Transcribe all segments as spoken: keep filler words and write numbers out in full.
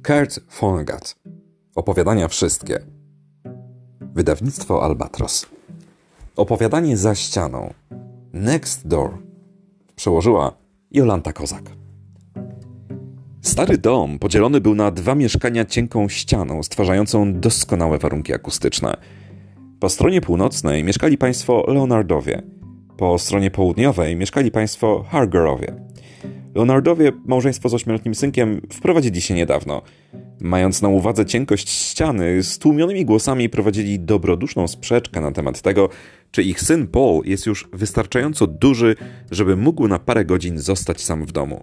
Kurt Vonnegut. Opowiadania wszystkie. Wydawnictwo Albatros. Opowiadanie za ścianą. Next Door. Przełożyła Jolanta Kozak. Stary dom podzielony był na dwa mieszkania cienką ścianą, stwarzającą doskonałe warunki akustyczne. Po stronie północnej mieszkali państwo Leonardowie. Po stronie południowej mieszkali państwo Hargerowie. Leonardowie, małżeństwo z ośmioletnim synkiem, wprowadzili się niedawno. Mając na uwadze cienkość ściany, stłumionymi głosami prowadzili dobroduszną sprzeczkę na temat tego, czy ich syn Paul jest już wystarczająco duży, żeby mógł na parę godzin zostać sam w domu.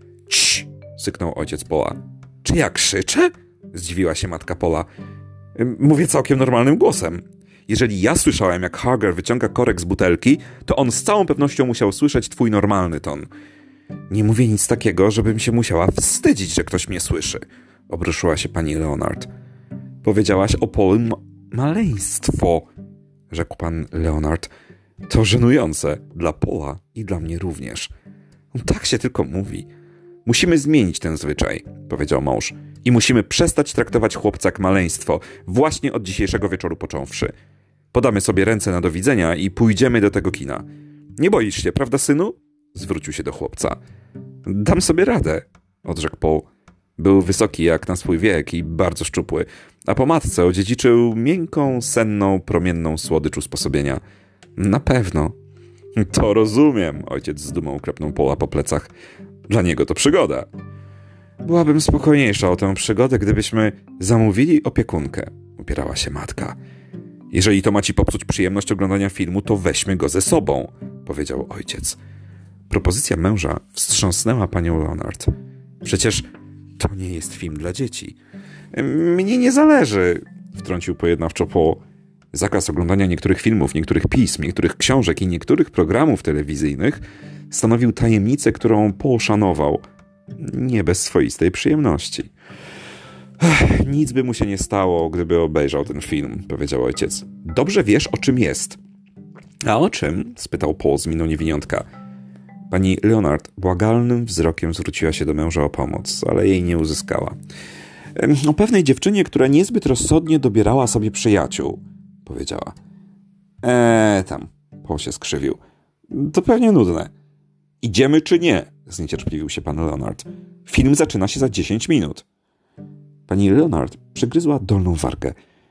Cii! Syknął ojciec Paula. Czy ja krzyczę? Zdziwiła się matka Paula. Mówię całkiem normalnym głosem. Jeżeli ja słyszałem, jak Harger wyciąga korek z butelki, to on z całą pewnością musiał słyszeć twój normalny ton. Nie mówię nic takiego, żebym się musiała wstydzić, że ktoś mnie słyszy. Obruszyła się pani Leonard. Powiedziałaś o Paulym maleństwo, rzekł pan Leonard. To żenujące dla Paula i dla mnie również. Tak się tylko mówi. Musimy zmienić ten zwyczaj, powiedział mąż. I musimy przestać traktować chłopca jak maleństwo, właśnie od dzisiejszego wieczoru począwszy. Podamy sobie ręce na do widzenia i pójdziemy do tego kina. Nie boisz się, prawda, synu? Zwrócił się do chłopca. Dam sobie radę, odrzekł Paul. Był wysoki jak na swój wiek i bardzo szczupły, a po matce odziedziczył miękką, senną, promienną słodycz usposobienia. Na pewno. To rozumiem, ojciec z dumą klepnął Paula po plecach. Dla niego to przygoda. Byłabym spokojniejsza o tę przygodę, gdybyśmy zamówili opiekunkę, upierała się matka. Jeżeli to ma ci popsuć przyjemność oglądania filmu, to weźmy go ze sobą, powiedział ojciec. Propozycja męża wstrząsnęła panią Leonard. Przecież to nie jest film dla dzieci. Mnie nie zależy, wtrącił pojednawczo Paul. Zakaz oglądania niektórych filmów, niektórych pism, niektórych książek i niektórych programów telewizyjnych stanowił tajemnicę, którą Paul szanował. Nie bez swoistej przyjemności. Ech, nic by mu się nie stało, gdyby obejrzał ten film, powiedział ojciec. Dobrze wiesz, o czym jest. A o czym? Spytał Paul z miną niewiniątka. Pani Leonard błagalnym wzrokiem zwróciła się do męża o pomoc, ale jej nie uzyskała. O pewnej dziewczynie, która niezbyt rozsądnie dobierała sobie przyjaciół, powiedziała. Eee, tam, Paul się skrzywił. To pewnie nudne. Idziemy czy nie? Zniecierpliwił się pan Leonard. Film zaczyna się za dziesięć minut. Pani Leonard przygryzła dolną wargę.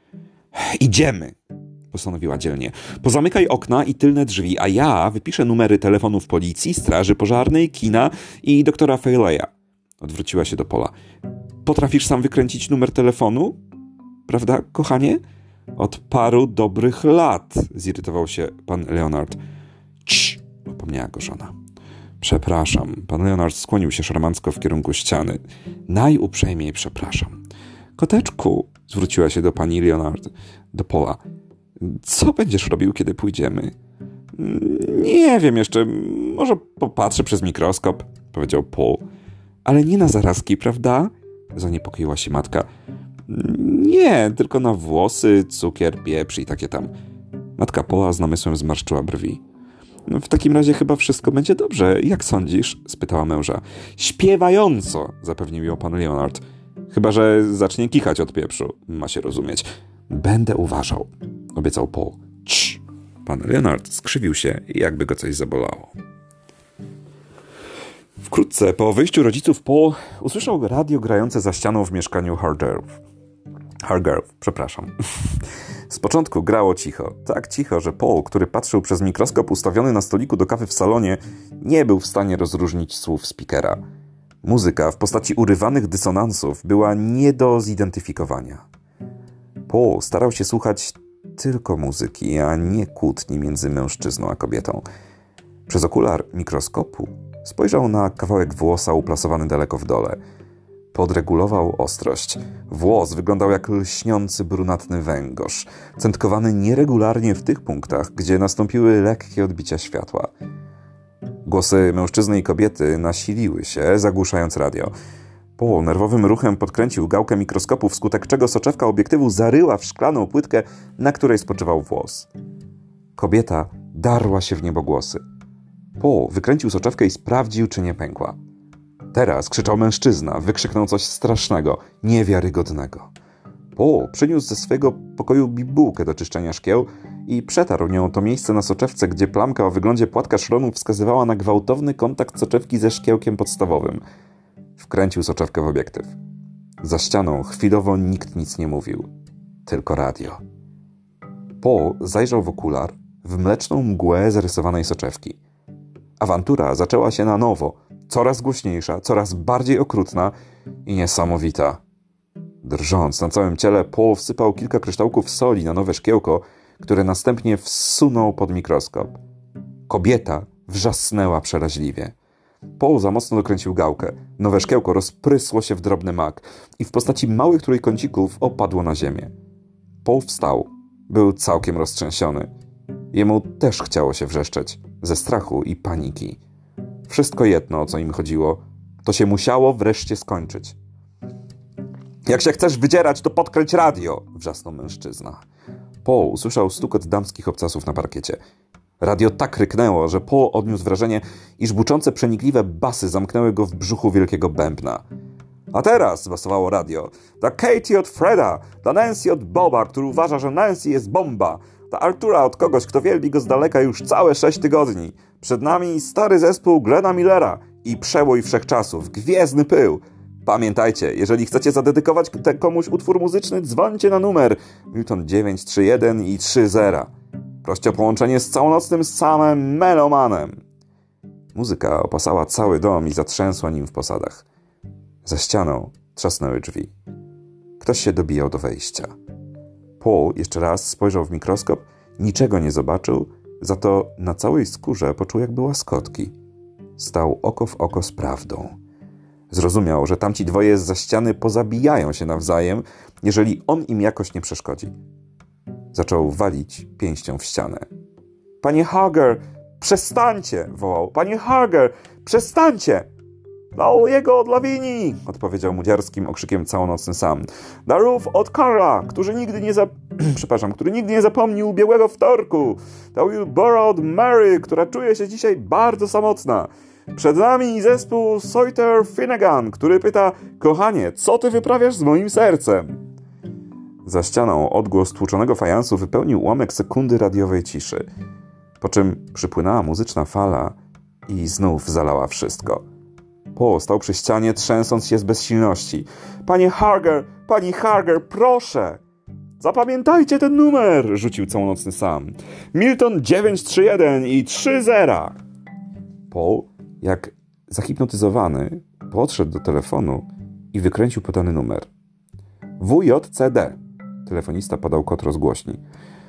Idziemy, postanowiła dzielnie. Pozamykaj okna i tylne drzwi, a ja wypiszę numery telefonów policji, straży pożarnej, kina i doktora Fayleya. Odwróciła się do Paula. Potrafisz sam wykręcić numer telefonu? Prawda, kochanie? Od paru dobrych lat, zirytował się pan Leonard. Cii, upomniała go żona. Przepraszam. Pan Leonard skłonił się szarmancko w kierunku ściany. Najuprzejmiej przepraszam. Koteczku, zwróciła się do pani Leonard, do Paula. Co będziesz robił, kiedy pójdziemy? Nie wiem jeszcze. Może popatrzę przez mikroskop, powiedział Paul. Ale nie na zarazki, prawda? Zaniepokoiła się matka. Nie, tylko na włosy, cukier, pieprz i takie tam. Matka Paula z namysłem zmarszczyła brwi. W takim razie chyba wszystko będzie dobrze. Jak sądzisz? Spytała męża. Śpiewająco, zapewnił ją pan Leonard. Chyba że zacznie kichać od pieprzu. Ma się rozumieć. Będę uważał, obiecał Paul. Cii. Pan Leonard skrzywił się, jakby go coś zabolało. Wkrótce po wyjściu rodziców Paul usłyszał radio grające za ścianą w mieszkaniu Hargerów. Hargerów, przepraszam. Z początku grało cicho. Tak cicho, że Paul, który patrzył przez mikroskop ustawiony na stoliku do kawy w salonie, nie był w stanie rozróżnić słów speakera. Muzyka w postaci urywanych dysonansów była nie do zidentyfikowania. Paul starał się słuchać tylko muzyki, a nie kłótni między mężczyzną a kobietą. Przez okular mikroskopu spojrzał na kawałek włosa uplasowany daleko w dole. Podregulował ostrość. Włos wyglądał jak lśniący brunatny węgorz, centkowany nieregularnie w tych punktach, gdzie nastąpiły lekkie odbicia światła. Głosy mężczyzny i kobiety nasiliły się, zagłuszając radio. Paul nerwowym ruchem podkręcił gałkę mikroskopu, wskutek czego soczewka obiektywu zaryła w szklaną płytkę, na której spoczywał włos. Kobieta darła się w niebogłosy. Paul wykręcił soczewkę i sprawdził, czy nie pękła. Teraz krzyczał mężczyzna, wykrzyknął coś strasznego, niewiarygodnego. Paul przyniósł ze swojego pokoju bibułkę do czyszczenia szkieł i przetarł nią to miejsce na soczewce, gdzie plamka o wyglądzie płatka szronu wskazywała na gwałtowny kontakt soczewki ze szkiełkiem podstawowym. Wkręcił soczewkę w obiektyw. Za ścianą chwilowo nikt nic nie mówił. Tylko radio. Paul zajrzał w okular, w mleczną mgłę zarysowanej soczewki. Awantura zaczęła się na nowo, coraz głośniejsza, coraz bardziej okrutna i niesamowita. Drżąc na całym ciele, Paul wsypał kilka kryształków soli na nowe szkiełko, które następnie wsunął pod mikroskop. Kobieta wrzasnęła przeraźliwie. Paul za mocno dokręcił gałkę. Nowe szkiełko rozprysło się w drobny mak i w postaci małych trójkącików opadło na ziemię. Paul wstał. Był całkiem roztrzęsiony. Jemu też chciało się wrzeszczeć, ze strachu i paniki. Wszystko jedno, o co im chodziło. To się musiało wreszcie skończyć. Jak się chcesz wydzierać, to podkręć radio! Wrzasnął mężczyzna. Paul usłyszał stukot damskich obcasów na parkiecie. Radio tak ryknęło, że Paul odniósł wrażenie, iż buczące przenikliwe basy zamknęły go w brzuchu wielkiego bębna. A teraz, basowało radio, dla Katie od Freda, dla Nancy od Boba, który uważa, że Nancy jest bomba, dla Artura od kogoś, kto wielbi go z daleka już całe sześć tygodni. Przed nami stary zespół Glena Millera i przebój wszechczasów, gwiezdny pył. Pamiętajcie, jeżeli chcecie zadedykować komuś utwór muzyczny, dzwońcie na numer Milton dziewięć trzy jeden i trzy zero. Proście o połączenie z całonocnym samym Melomanem. Muzyka opasała cały dom i zatrzęsła nim w posadach. Za ścianą trzasnęły drzwi. Ktoś się dobijał do wejścia. Paul jeszcze raz spojrzał w mikroskop, niczego nie zobaczył, za to na całej skórze poczuł jakby łaskotki. Stał oko w oko z prawdą. Zrozumiał, że tamci dwoje zza ściany pozabijają się nawzajem, jeżeli on im jakoś nie przeszkodzi. Zaczął walić pięścią w ścianę. Panie Hager, przestańcie! Wołał. Panie Hager, przestańcie! Dla jego od Lawini! Odpowiedział mu dziarskim okrzykiem całonocny Sam. Dla Ruth od Karla, który nigdy nie zap... Przepraszam, który nigdy nie zapomni ubiegłego wtorku. Dla Wilbura od Mary, która czuje się dzisiaj bardzo samotna. Przed nami zespół Sawyer Finnegan, który pyta: kochanie, co ty wyprawiasz z moim sercem? Za ścianą odgłos tłuczonego fajansu wypełnił ułamek sekundy radiowej ciszy. Po czym przypłynęła muzyczna fala i znów zalała wszystko. Paul stał przy ścianie, trzęsąc się z bezsilności. Panie Hager, pani Hager, proszę! Zapamiętajcie ten numer! Rzucił całonocny Sam. Milton dziewięć trzy jeden i trzy zero. Paul, jak zahipnotyzowany, podszedł do telefonu i wykręcił podany numer. W J C D. Telefonista podał kod rozgłośni.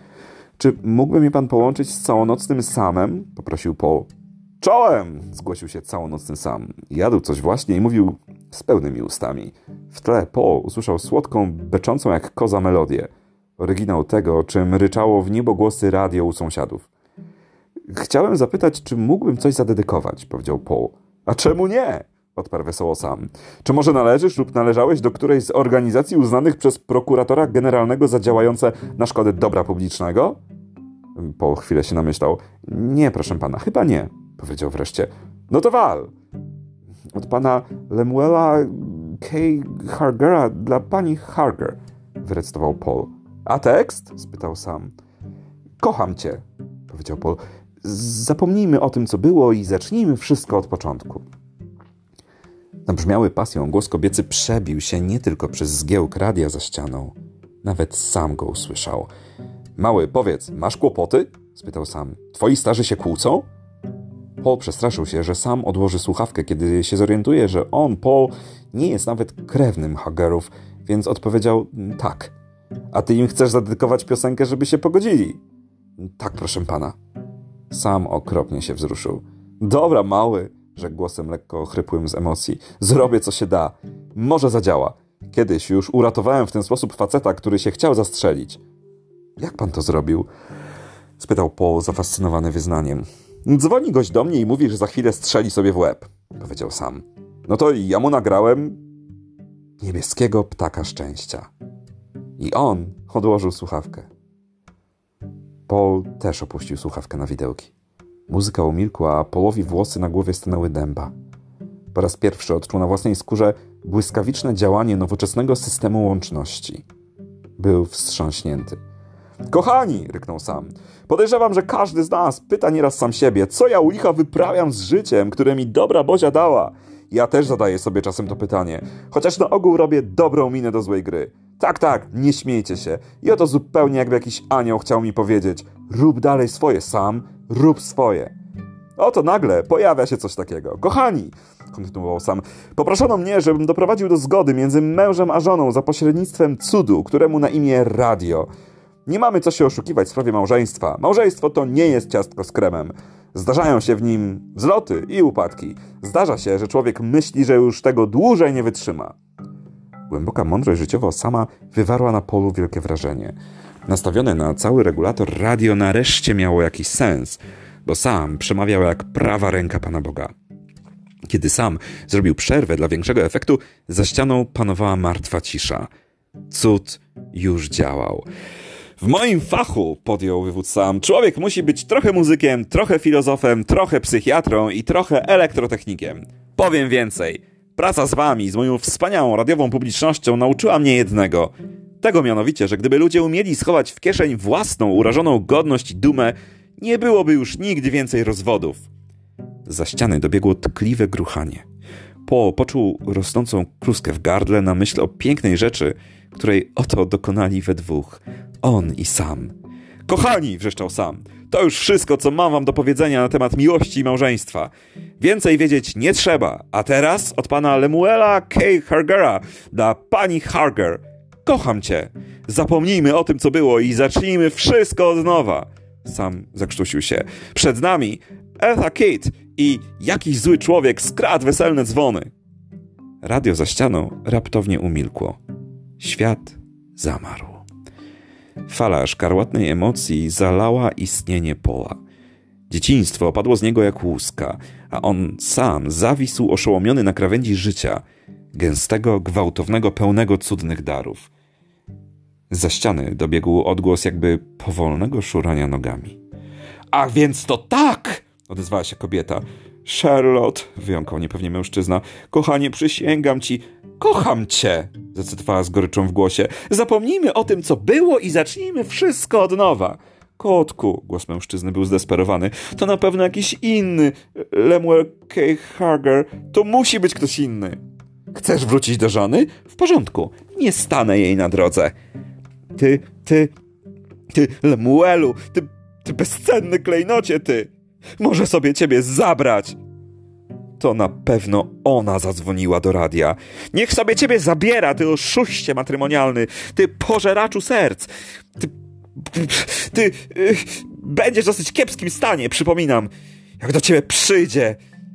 Czy mógłby mi pan połączyć z całonocnym Samem? Poprosił Paul. Czołem! Zgłosił się całonocny Sam. Jadł coś właśnie i mówił z pełnymi ustami. W tle Paul usłyszał słodką, beczącą jak koza melodię. Oryginał tego, czym ryczało w niebogłosy radio u sąsiadów. Chciałem zapytać, czy mógłbym coś zadedykować, powiedział Paul. A czemu nie? Odparł wesoło Sam. Czy może należysz lub należałeś do którejś z organizacji uznanych przez prokuratora generalnego za działające na szkodę dobra publicznego? Paul chwilę się namyślał. Nie, proszę pana, chyba nie, powiedział wreszcie. No to wal! Od pana Lemuela K. Hargera dla pani Harger, wyrecytował Paul. A tekst? Spytał Sam. Kocham cię, powiedział Paul. Zapomnijmy o tym, co było i zacznijmy wszystko od początku. Nabrzmiały pasją głos kobiecy przebił się nie tylko przez zgiełk radia za ścianą. Nawet Sam go usłyszał. Mały, powiedz, masz kłopoty? Spytał Sam. Twoi starzy się kłócą? Paul przestraszył się, że Sam odłoży słuchawkę, kiedy się zorientuje, że on, Paul, nie jest nawet krewnym Hagerów, więc odpowiedział tak. A ty im chcesz zadedykować piosenkę, żeby się pogodzili? Tak, proszę pana. Sam okropnie się wzruszył. Dobra, mały, rzekł głosem lekko chrypłym z emocji. Zrobię, co się da. Może zadziała. Kiedyś już uratowałem w ten sposób faceta, który się chciał zastrzelić. Jak pan to zrobił? Spytał Paul, zafascynowany wyznaniem. Dzwoni gość do mnie i mówi, że za chwilę strzeli sobie w łeb, powiedział Sam. No to ja mu nagrałem niebieskiego ptaka szczęścia. I on odłożył słuchawkę. Paul też opuścił słuchawkę na widełki. Muzyka umilkła, a Paulowi włosy na głowie stanęły dęba. Po raz pierwszy odczuł na własnej skórze błyskawiczne działanie nowoczesnego systemu łączności. Był wstrząśnięty. Kochani, ryknął Sam, podejrzewam, że każdy z nas pyta nieraz sam siebie, co ja u licha wyprawiam z życiem, które mi dobra Bozia dała. Ja też zadaję sobie czasem to pytanie, chociaż na ogół robię dobrą minę do złej gry. Tak, tak, nie śmiejcie się. I oto zupełnie jakby jakiś anioł chciał mi powiedzieć, rób dalej swoje, Sam, rób swoje. Oto nagle pojawia się coś takiego. Kochani, kontynuował Sam, poproszono mnie, żebym doprowadził do zgody między mężem a żoną za pośrednictwem cudu, któremu na imię radio. Nie mamy co się oszukiwać w sprawie małżeństwa. Małżeństwo to nie jest ciastko z kremem. Zdarzają się w nim wzloty i upadki. Zdarza się, że człowiek myśli, że już tego dłużej nie wytrzyma. Głęboka mądrość życiowa Sama wywarła na Paulu wielkie wrażenie. Nastawione na cały regulator radio nareszcie miało jakiś sens, bo Sam przemawiał jak prawa ręka Pana Boga. Kiedy Sam zrobił przerwę dla większego efektu, za ścianą panowała martwa cisza. Cud już działał. W moim fachu, podjął wywód Sam, człowiek musi być trochę muzykiem, trochę filozofem, trochę psychiatrą i trochę elektrotechnikiem. Powiem więcej. Praca z wami, z moją wspaniałą radiową publicznością nauczyła mnie jednego. Tego mianowicie, że gdyby ludzie umieli schować w kieszeń własną urażoną godność i dumę, nie byłoby już nigdy więcej rozwodów. Za ściany dobiegło tkliwe gruchanie. Paul poczuł rosnącą kluskę w gardle na myśl o pięknej rzeczy, której oto dokonali we dwóch. On i Sam. Kochani, wrzeszczał Sam, to już wszystko, co mam wam do powiedzenia na temat miłości i małżeństwa. Więcej wiedzieć nie trzeba. A teraz od pana Lemuela K. Hargera dla pani Harger. Kocham cię. Zapomnijmy o tym, co było i zacznijmy wszystko od nowa. Sam zakrztusił się. Przed nami Eartha Kitt i jakiś zły człowiek skradł weselne dzwony. Radio za ścianą raptownie umilkło. Świat zamarł. Fala szkarłatnej emocji zalała istnienie Paula. Dzieciństwo opadło z niego jak łuska, a on sam zawisł oszołomiony na krawędzi życia, gęstego, gwałtownego, pełnego cudnych darów. Za ściany dobiegł odgłos jakby powolnego szurania nogami. Ach, więc to tak! Odezwała się kobieta. Charlotte, wyjąkał niepewnie mężczyzna. Kochanie, przysięgam ci, kocham cię! Zacytowała z goryczą w głosie. Zapomnijmy o tym, co było i zacznijmy wszystko od nowa. Kotku, głos mężczyzny był zdesperowany. To na pewno jakiś inny. Lemuel K. Harger. To musi być ktoś inny. Chcesz wrócić do żony? W porządku. Nie stanę jej na drodze. Ty, ty, ty, Lemuelu, ty, ty bezcenny klejnocie, ty. Może sobie ciebie zabrać. To na pewno ona zadzwoniła do radia. Niech sobie ciebie zabiera, ty oszuście matrymonialny, ty pożeraczu serc. Ty, ty yy, będziesz w dosyć kiepskim stanie, przypominam, jak do ciebie przyjdzie.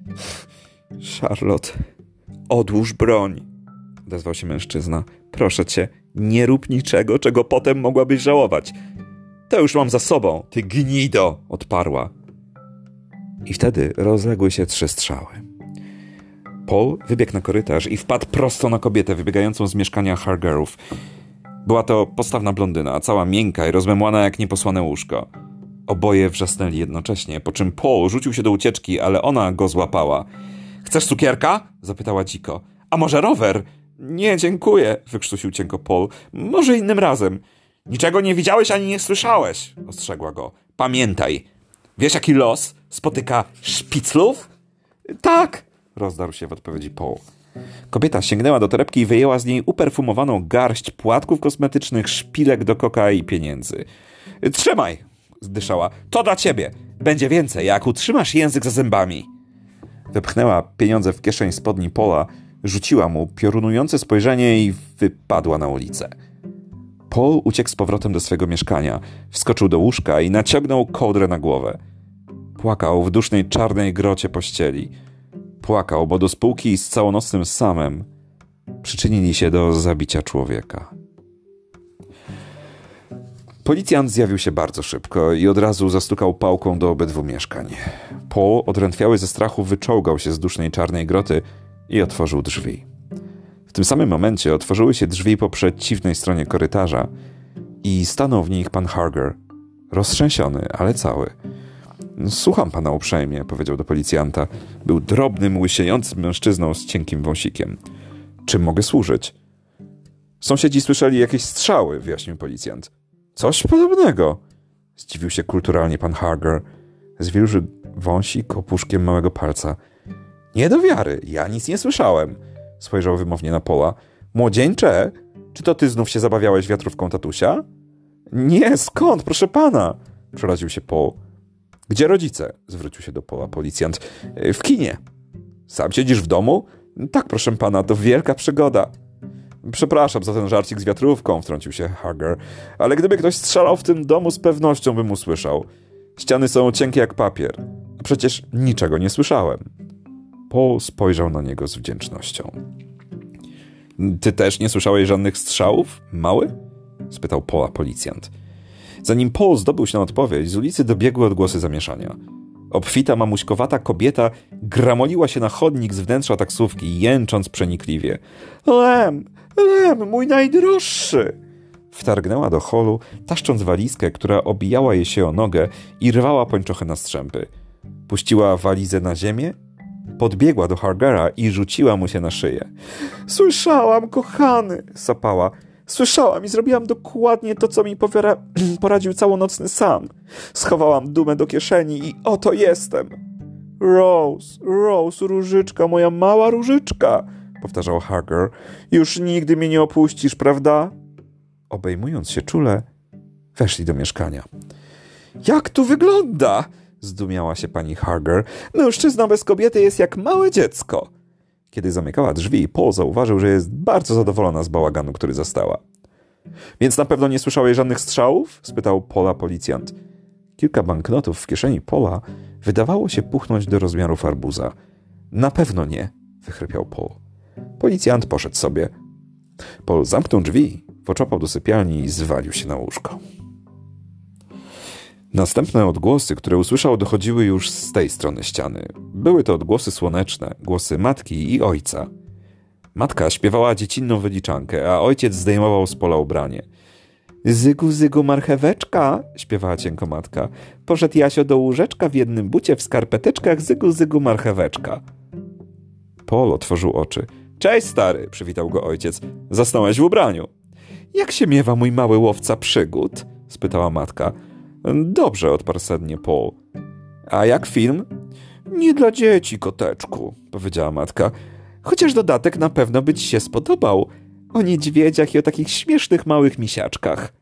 Charlotte, odłóż broń, odezwał się mężczyzna. Proszę cię, nie rób niczego, czego potem mogłabyś żałować. To już mam za sobą, ty gnido, odparła. I wtedy rozległy się trzy strzały. Paul wybiegł na korytarz i wpadł prosto na kobietę wybiegającą z mieszkania Hargerów. Była to postawna blondyna, cała miękka i rozmemłana jak nieposłane łóżko. Oboje wrzasnęli jednocześnie, po czym Paul rzucił się do ucieczki, ale ona go złapała. Chcesz cukierka? Zapytała dziko. A może rower? Nie, dziękuję, wykrztusił cienko Paul. Może innym razem. Niczego nie widziałeś ani nie słyszałeś, ostrzegła go. Pamiętaj, wiesz jaki los spotyka szpiclów? Tak, rozdarł się w odpowiedzi Paul. Kobieta sięgnęła do torebki i wyjęła z niej uperfumowaną garść płatków kosmetycznych, szpilek do koka i pieniędzy. Trzymaj, zdyszała. To dla ciebie. Będzie więcej, jak utrzymasz język za zębami. Wepchnęła pieniądze w kieszeń spodni Paula, rzuciła mu piorunujące spojrzenie i wypadła na ulicę. Paul uciekł z powrotem do swego mieszkania, wskoczył do łóżka i naciągnął kołdrę na głowę. Płakał w dusznej czarnej grocie pościeli. Płakał, bo do spółki z całonocnym Samem przyczynili się do zabicia człowieka. Policjant zjawił się bardzo szybko i od razu zastukał pałką do obydwu mieszkań. Paul, odrętwiały ze strachu, wyczołgał się z dusznej czarnej groty i otworzył drzwi. W tym samym momencie otworzyły się drzwi po przeciwnej stronie korytarza i stanął w nich pan Harger, roztrzęsiony, ale cały. Słucham pana uprzejmie, powiedział do policjanta. Był drobnym, łysiejącym mężczyzną z cienkim wąsikiem. Czym mogę służyć? Sąsiedzi słyszeli jakieś strzały, wyjaśnił policjant. Coś podobnego. Zdziwił się kulturalnie pan Harger. Zwilżył wąsik opuszkiem małego palca. Nie do wiary, ja nic nie słyszałem. Spojrzał wymownie na Paula. Młodzieńcze, czy to ty znów się zabawiałeś wiatrówką tatusia? Nie, skąd, proszę pana? Przeraził się Paul. Gdzie rodzice? Zwrócił się do Paula policjant. W kinie. Sam siedzisz w domu? Tak, proszę pana, to wielka przygoda. Przepraszam za ten żarcik z wiatrówką, wtrącił się Harger, ale gdyby ktoś strzelał w tym domu, z pewnością bym usłyszał. Ściany są cienkie jak papier. A przecież niczego nie słyszałem. Paul spojrzał na niego z wdzięcznością. Ty też nie słyszałeś żadnych strzałów, mały? Spytał Paula policjant. Zanim Paul zdobył się na odpowiedź, z ulicy dobiegły odgłosy zamieszania. Obfita, mamuśkowata kobieta gramoliła się na chodnik z wnętrza taksówki, jęcząc przenikliwie. Lem, Lem, mój najdroższy! Wtargnęła do holu, taszcząc walizkę, która obijała jej się o nogę i rwała pończochę na strzępy. Puściła walizę na ziemię, podbiegła do Hargera i rzuciła mu się na szyję. Słyszałam, kochany, sapała. Słyszałam i zrobiłam dokładnie to, co mi powiera... poradził całonocny Sam. Schowałam dumę do kieszeni i oto jestem. Rose, Rose, różyczka, moja mała różyczka, powtarzał Harger. Już nigdy mnie nie opuścisz, prawda? Obejmując się czule, weszli do mieszkania. Jak tu wygląda? Zdumiała się pani Harger. Mężczyzna bez kobiety jest jak małe dziecko. Kiedy zamykała drzwi, Paul zauważył, że jest bardzo zadowolona z bałaganu, który zastała. Więc na pewno nie słyszałeś żadnych strzałów? Spytał Paula policjant. Kilka banknotów w kieszeni Paula wydawało się puchnąć do rozmiarów arbuza. Na pewno nie, wychrypiał Paul. Policjant poszedł sobie. Paul zamknął drzwi, poczopał do sypialni i zwalił się na łóżko. Następne odgłosy, które usłyszał, dochodziły już z tej strony ściany. Były to odgłosy słoneczne, głosy matki i ojca. Matka śpiewała dziecinną wyliczankę, a ojciec zdejmował z Pola ubranie. Zygu, zygu, marcheweczka, śpiewała cienko matka. Poszedł Jasio do łóżeczka w jednym bucie w skarpeteczkach, zygu, zygu, marcheweczka. Paul otworzył oczy. Cześć, stary, przywitał go ojciec. Zasnąłeś w ubraniu. Jak się miewa mój mały łowca przygód? Spytała matka. Dobrze, odparł sennie Paul. A jak film? Nie dla dzieci, koteczku, powiedziała matka. Chociaż dodatek na pewno by ci się spodobał. O niedźwiedziach i o takich śmiesznych małych misiaczkach.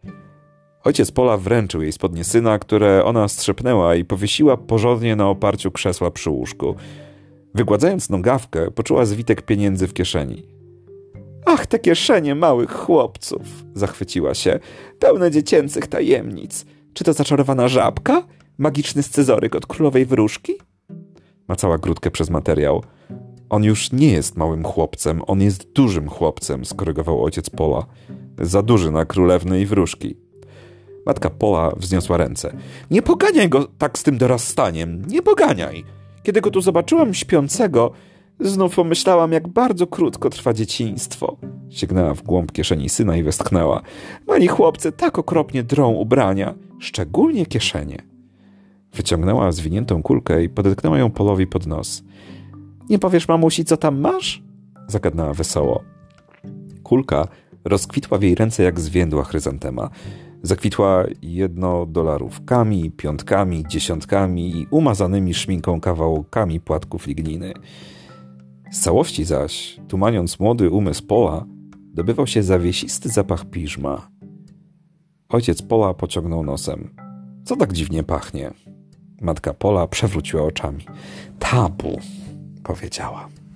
Ojciec Paula wręczył jej spodnie syna, które ona strzepnęła i powiesiła porządnie na oparciu krzesła przy łóżku. Wygładzając nogawkę, poczuła zwitek pieniędzy w kieszeni. Ach, te kieszenie małych chłopców, zachwyciła się, pełne dziecięcych tajemnic. Czy to zaczarowana żabka? Magiczny scyzoryk od królowej wróżki? Macała grudkę przez materiał. On już nie jest małym chłopcem, on jest dużym chłopcem, skorygował ojciec Paula. Za duży na królewny i wróżki. Matka Paula wzniosła ręce. Nie poganiaj go tak z tym dorastaniem, nie poganiaj. Kiedy go tu zobaczyłam śpiącego, znów pomyślałam, jak bardzo krótko trwa dzieciństwo. Sięgnęła w głąb kieszeni syna i westchnęła. Mali chłopcy tak okropnie drą ubrania, szczególnie kieszenie. Wyciągnęła zwiniętą kulkę i podetknęła ją Paulowi pod nos. Nie powiesz mamusi, co tam masz? Zagadnęła wesoło. Kulka rozkwitła w jej ręce jak zwiędła chryzantema. Zakwitła jednodolarówkami, piątkami, dziesiątkami i umazanymi szminką kawałkami płatków ligniny. Z całości zaś, tumaniąc młody umysł Paula, dobywał się zawiesisty zapach piżma. Ojciec Paula pociągnął nosem. Co tak dziwnie pachnie? Matka Paula przewróciła oczami. Tabu, powiedziała.